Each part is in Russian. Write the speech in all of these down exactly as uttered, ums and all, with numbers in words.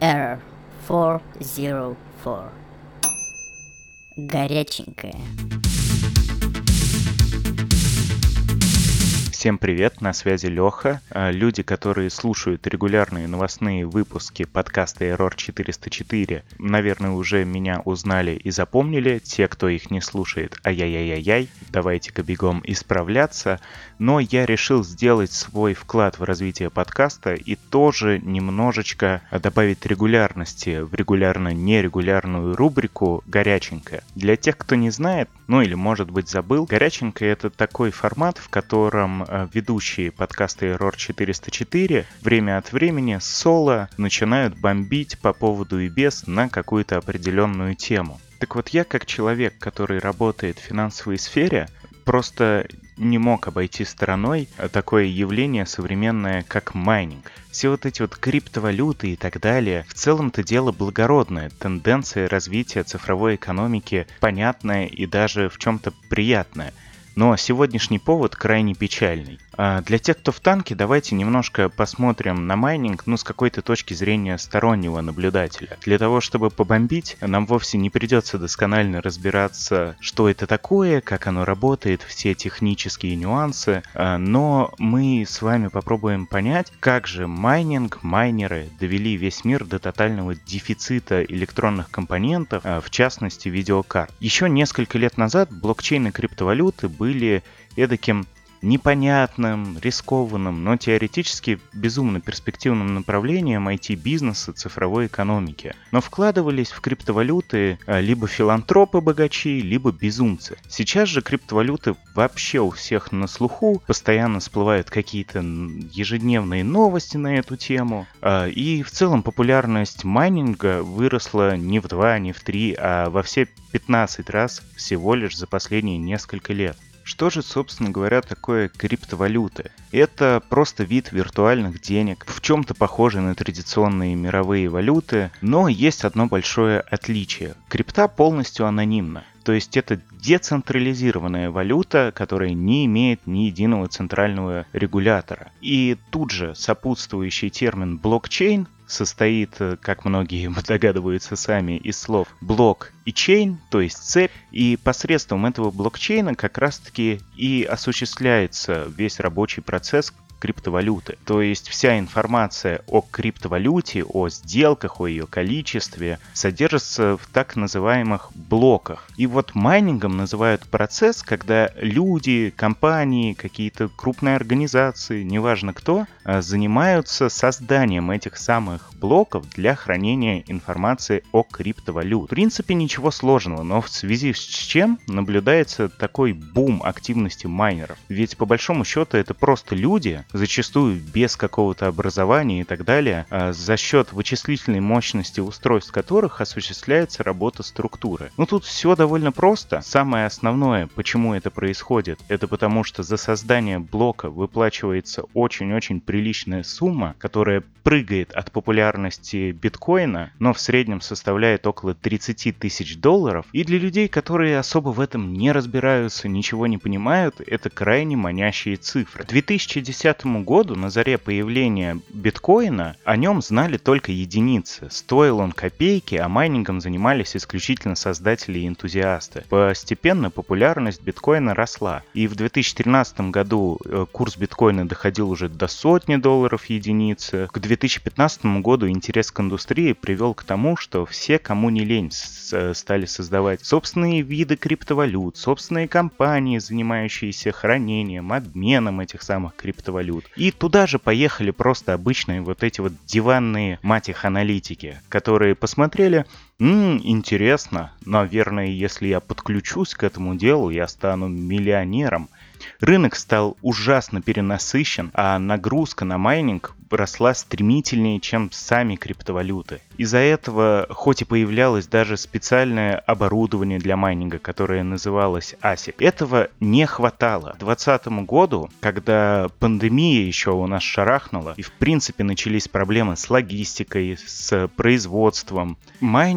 Error four zero four. Горяченькая. Всем привет, на связи Леха. Люди, которые слушают регулярные новостные выпуски подкаста Error четыреста четыре, наверное, уже меня узнали и запомнили. Те, кто их не слушает, ай-яй-яй-яй, давайте-ка бегом исправляться. Но я решил сделать свой вклад в развитие подкаста и тоже немножечко добавить регулярности в регулярно-нерегулярную рубрику «Горяченькая». Для тех, кто не знает, ну или, может быть, забыл, «Горяченькая» — это такой формат, в котором ведущие подкаста Error четыреста четыре время от времени соло начинают бомбить по поводу и без на какую-то определенную тему. Так вот, я как человек, который работает в финансовой сфере, просто не мог обойти стороной такое явление современное, как майнинг. Все вот эти вот криптовалюты и так далее, в целом-то дело благородное, тенденция развития цифровой экономики понятная и даже в чем-то приятная. Но сегодняшний повод крайне печальный. А для тех, кто в танке, давайте немножко посмотрим на майнинг, ну, с какой-то точки зрения стороннего наблюдателя. Для того, чтобы побомбить, нам вовсе не придется досконально разбираться, что это такое, как оно работает, все технические нюансы, но мы с вами попробуем понять, как же майнинг, майнеры довели весь мир до тотального дефицита электронных компонентов, в частности видеокарт. Еще несколько лет назад блокчейн и криптовалюты были были эдаким непонятным, рискованным, но теоретически безумно перспективным направлением ай ти-бизнеса, цифровой экономики. Но вкладывались в криптовалюты либо филантропы-богачи, либо безумцы. Сейчас же криптовалюты вообще у всех на слуху, постоянно всплывают какие-то ежедневные новости на эту тему, и в целом популярность майнинга выросла не в два, не в три, а во все пятнадцать раз всего лишь за последние несколько лет. Что же, собственно говоря, такое криптовалюты? Это просто вид виртуальных денег, в чем-то похожий на традиционные мировые валюты, но есть одно большое отличие. Крипта полностью анонимна. То есть это децентрализированная валюта, которая не имеет ни единого центрального регулятора. И тут же сопутствующий термин блокчейн состоит, как многие догадываются сами, из слов блок и чейн, то есть цепь. И посредством этого блокчейна как раз-таки и осуществляется весь рабочий процесс криптовалюты. То есть вся информация о криптовалюте, о сделках, о ее количестве содержится в так называемых блоках. И вот майнингом называют процесс, когда люди, компании, какие-то крупные организации, неважно кто, занимаются созданием этих самых блоков для хранения информации о криптовалюте. В принципе, ничего сложного, но в связи с чем наблюдается такой бум активности майнеров. Ведь по большому счету это просто люди, зачастую без какого-то образования и так далее, за счет вычислительной мощности устройств которых осуществляется работа структуры. Ну тут все довольно просто. Самое основное, почему это происходит, это потому что за создание блока выплачивается очень-очень приличная сумма, которая прыгает от популярности биткоина, но в среднем составляет около тридцать тысяч долларов. И для людей, которые особо в этом не разбираются, ничего не понимают, это крайне манящие цифры. В две тысячи десятом году, на заре появления биткоина, о нем знали только единицы. Стоил он копейки, а майнингом занимались исключительно создатели и энтузиасты. Постепенно популярность биткоина росла. И в две тысячи тринадцатом году курс биткоина доходил уже до сотни долларов единицы. К две тысячи пятнадцатому году интерес к индустрии привел к тому, что все, кому не лень, стали создавать собственные виды криптовалют, собственные компании, занимающиеся хранением, обменом этих самых криптовалют. И туда же поехали просто обычные вот эти вот диванные, мать их, аналитики, которые посмотрели: «Ммм, интересно, наверное, если я подключусь к этому делу, я стану миллионером». Рынок стал ужасно перенасыщен, а нагрузка на майнинг росла стремительнее, чем сами криптовалюты. Из-за этого, хоть и появлялось даже специальное оборудование для майнинга, которое называлось асик, этого не хватало. К двадцатому году, когда пандемия еще у нас шарахнула, и в принципе начались проблемы с логистикой, с производством, майнинг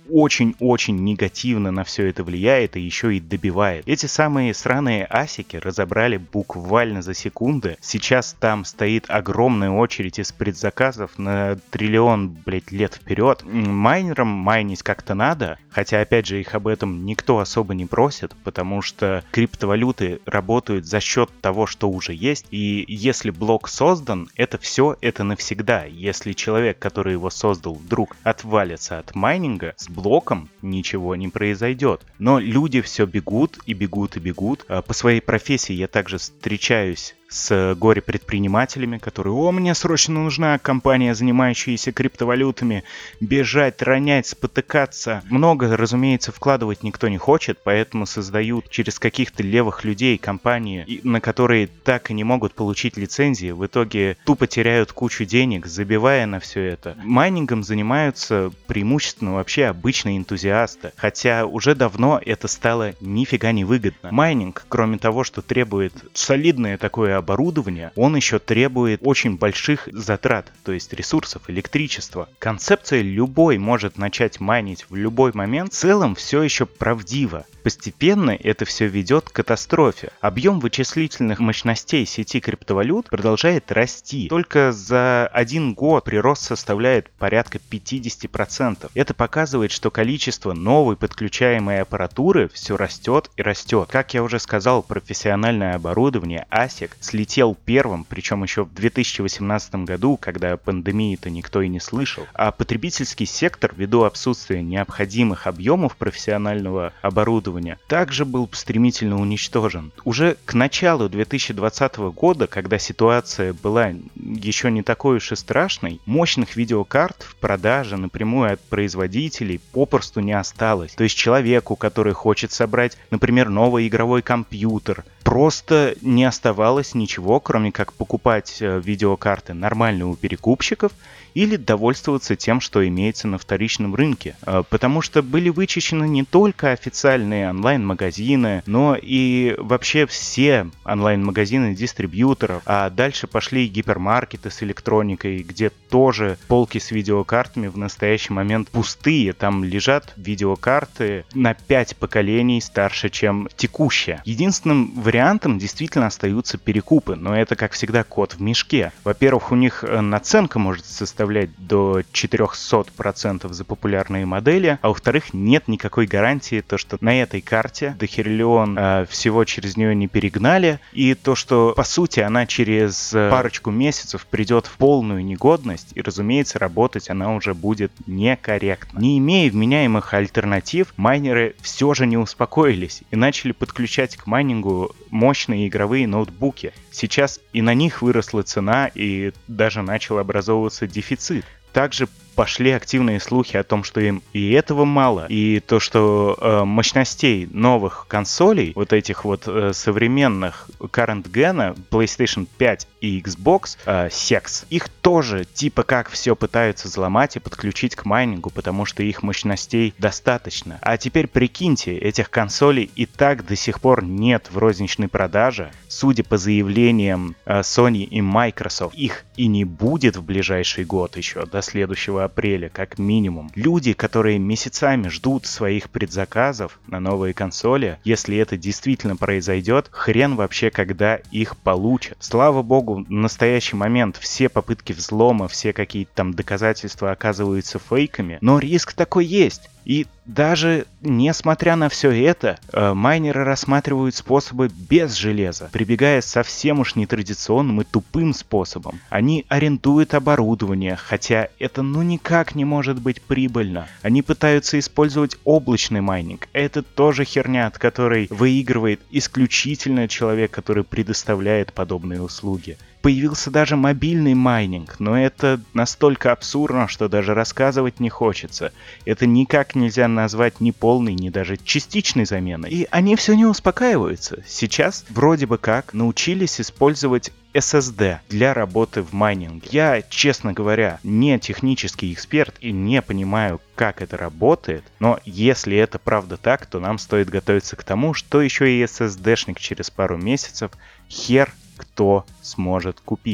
очень-очень негативно на все это влияет и еще и добивает. Эти самые сраные асики разобрали буквально за секунды. Сейчас там стоит огромная очередь из предзаказов на триллион, блядь, лет вперед. Майнерам майнить как-то надо, хотя, опять же, их об этом никто особо не просит, потому что криптовалюты работают за счет того, что уже есть, и если блок создан, это все, это навсегда. Если человек, который его создал, вдруг отвалится от майнинга, с блоком ничего не произойдет. Но люди все бегут и бегут и бегут. По своей профессии я также встречаюсь с горе-предпринимателями, которые: «О, мне срочно нужна компания, занимающаяся криптовалютами, бежать, ронять, спотыкаться». Много, разумеется, вкладывать никто не хочет, поэтому создают через каких-то левых людей компании, на которые так и не могут получить лицензии, в итоге тупо теряют кучу денег, забивая на все это. Майнингом занимаются преимущественно вообще обычные энтузиасты, хотя уже давно это стало нифига не выгодно. Майнинг, кроме того, что требует солидное такое оборудование, он еще требует очень больших затрат, то есть ресурсов, электричества. Концепция «любой может начать майнить в любой момент» в целом все еще правдива. Постепенно это все ведет к катастрофе. Объем вычислительных мощностей сети криптовалют продолжает расти. Только за один год прирост составляет порядка пятьдесят процентов. Это показывает, что количество новой подключаемой аппаратуры все растет и растет. Как я уже сказал, профессиональное оборудование асик слетел первым, причем еще в две тысячи восемнадцатом году, когда о пандемии-то никто и не слышал. А потребительский сектор, ввиду отсутствия необходимых объемов профессионального оборудования, также был стремительно уничтожен. Уже к началу две тысячи двадцатого года, когда ситуация была еще не такой уж и страшной, мощных видеокарт в продаже напрямую от производителей попросту не осталось. То есть человеку, который хочет собрать, например, новый игровой компьютер, просто не оставалось ничего, кроме как покупать видеокарты нормально у перекупщиков или довольствоваться тем, что имеется на вторичном рынке. Потому что были вычищены не только официальные онлайн-магазины, но и вообще все онлайн-магазины дистрибьюторов. А дальше пошли гипермаркеты с электроникой, где тоже полки с видеокартами в настоящий момент пустые. Там лежат видеокарты на пять поколений старше, чем текущая. Единственным вариантом действительно остаются перекупы, но это, как всегда, кот в мешке. Во-первых, у них наценка может составлять до четыреста процентов за популярные модели, а во-вторых, нет никакой гарантии, то, что на этой карте дохериллион э, всего через нее не перегнали, и то, что, по сути, она через парочку месяцев придет в полную негодность, и, разумеется, работать она уже будет некорректно. Не имея вменяемых альтернатив, майнеры все же не успокоились и начали подключать к майнингу мощные игровые ноутбуки. Сейчас и на них выросла цена, и даже начал образовываться дефицит. Также пошли активные слухи о том, что им и этого мало, и то, что э, мощностей новых консолей, вот этих вот э, современных current gen, PlayStation пять и Xbox э, Series, их тоже типа как все пытаются взломать и подключить к майнингу, потому что их мощностей достаточно. А теперь прикиньте, этих консолей и так до сих пор нет в розничной продаже. Судя по заявлениям э, Sony и Microsoft, их и не будет в ближайший год еще, до следующего апреля, как минимум. Люди, которые месяцами ждут своих предзаказов на новые консоли, если это действительно произойдет, хрен вообще когда их получат. Слава богу, в настоящий момент все попытки взлома, все какие-то там доказательства оказываются фейками, но риск такой есть. И даже несмотря на все это, э, майнеры рассматривают способы без железа, прибегая совсем уж нетрадиционным и тупым способом. Они арендуют оборудование, хотя это ну никак не может быть прибыльно. Они пытаются использовать облачный майнинг. Это тоже херня, от которой выигрывает исключительно человек, который предоставляет подобные услуги. Появился даже мобильный майнинг, но это настолько абсурдно, что даже рассказывать не хочется. Это никак нельзя назвать ни полной, ни даже частичной заменой. И они все не успокаиваются. Сейчас вроде бы как научились использовать эс эс ди для работы в майнинге. Я, честно говоря, не технический эксперт и не понимаю, как это работает, но если это правда так, то нам стоит готовиться к тому, что еще и эс эс ди-шник через пару месяцев хер кто сможет купить.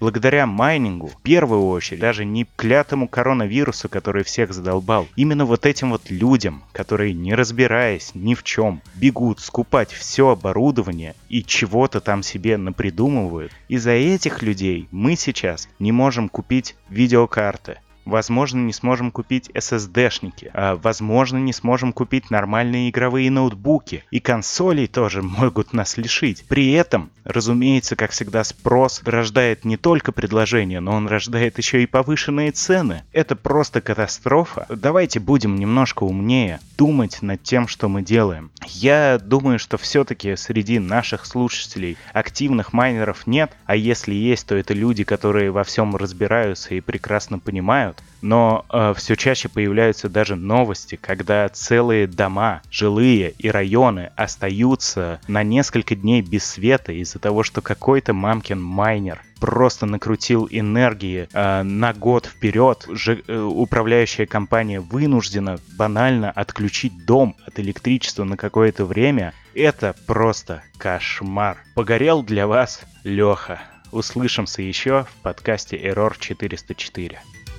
благодаря майнингу, в первую очередь, даже не клятому коронавирусу, который всех задолбал, именно вот этим вот людям, которые, не разбираясь ни в чем, бегут скупать все оборудование и чего-то там себе напридумывают, из-за этих людей мы сейчас не можем купить видеокарты. Возможно, не сможем купить эс эс ди-шники, а, возможно, не сможем купить нормальные игровые ноутбуки, и консолей тоже могут нас лишить. При этом, разумеется, как всегда, спрос рождает не только предложение, но он рождает еще и повышенные цены. Это просто катастрофа. Давайте будем немножко умнее, думать над тем, что мы делаем. Я думаю, что все-таки среди наших слушателей активных майнеров нет, а если есть, то это люди, которые во всем разбираются и прекрасно понимают. Но э, все чаще появляются даже новости, когда целые дома, жилые и районы остаются на несколько дней без света из-за того, что какой-то мамкин майнер просто накрутил энергии э, на год вперед. Ж, э, управляющая компания вынуждена банально отключить дом от электричества на какое-то время. Это просто кошмар. Погорел для вас Леха. Услышимся еще в подкасте Error четыреста четыре.